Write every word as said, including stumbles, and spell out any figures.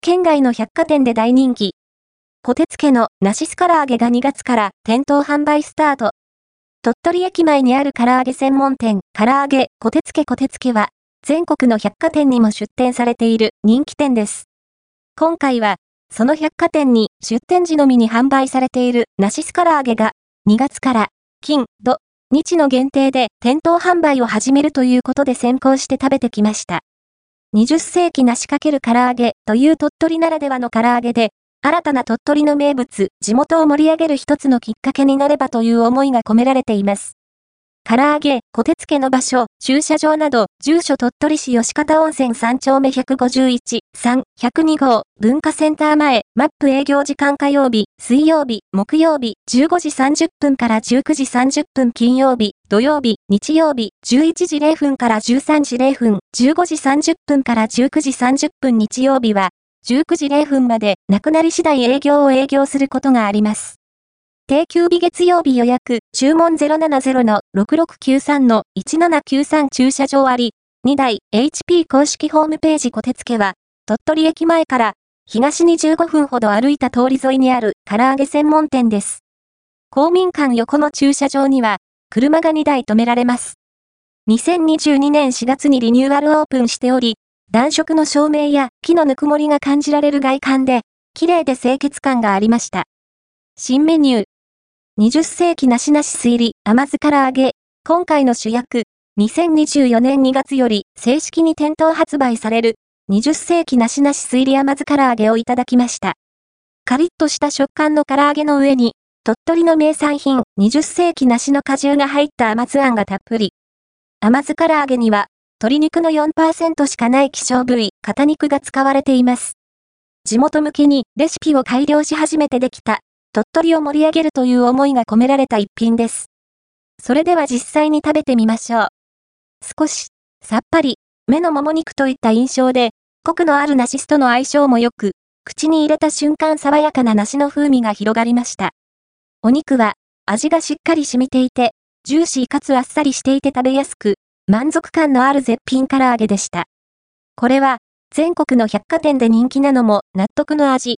県外の百貨店で大人気。こてつ家の梨酢唐揚げがにがつから店頭販売スタート。鳥取駅前にある唐揚げ専門店、唐揚げこてつ家こてつ家は、全国の百貨店にも出店されている人気店です。今回は、その百貨店に出店時のみに販売されている梨酢唐揚げが、にがつから金、土、日の限定で店頭販売を始めるということで先行して食べてきました。にじゅっ世紀梨×唐揚げという鳥取ならではの唐揚げで、新たな鳥取の名物、地元を盛り上げる一つのきっかけになればという思いが込められています。唐揚げ、こてつ家の場所、駐車場など、住所鳥取市吉方温泉さん丁目ひゃくごじゅういち、さん、ひゃくに号、文化センター前、マップ営業時間火曜日、水曜日、木曜日、じゅうごじさんじゅっぷんからじゅうくじさんじゅっぷん金曜日、土曜日、日曜日、じゅういちじれいふんからじゅうさんじれいふん、じゅうごじさんじゅっぷんからじゅうくじさんじゅっぷん日曜日は、じゅうくじれいふんまでなくなり次第営業を営業することがあります。定休日月曜日予約、注文 ゼロななゼロ のろくろくきゅうさん のいちななきゅうさん駐車場あり、にだい エイチピー 公式ホームページこてつ家は、鳥取駅前から東にじゅうごふんほど歩いた通り沿いにある唐揚げ専門店です。公民館横の駐車場には、車がにだい止められます。にせんにじゅうにねんしがつにリニューアルオープンしており、暖色の照明や木のぬくもりが感じられる外観で、綺麗で清潔感がありました。新メニュー。にじゅっ世紀梨なし酢入り甘酢唐揚げ。今回の主役、にせんにじゅうよねんにがつより正式に店頭発売されるにじゅっ世紀梨なし酢入り甘酢唐揚げをいただきました。カリッとした食感の唐揚げの上に、鳥取の名産品にじゅっ世紀梨の果汁が入った甘酢あんがたっぷり。甘酢唐揚げには、鶏肉の よんパーセント しかない希少部位、肩肉が使われています。地元向けにレシピを改良し始めてできた、鳥取を盛り上げるという思いが込められた一品です。それでは実際に食べてみましょう。少し、さっぱり、目のもも肉といった印象で、コクのある梨酢との相性も良く、口に入れた瞬間爽やかな梨の風味が広がりました。お肉は、味がしっかり染みていて、ジューシーかつあっさりしていて食べやすく、満足感のある絶品唐揚げでした。これは、全国の百貨店で人気なのも納得の味。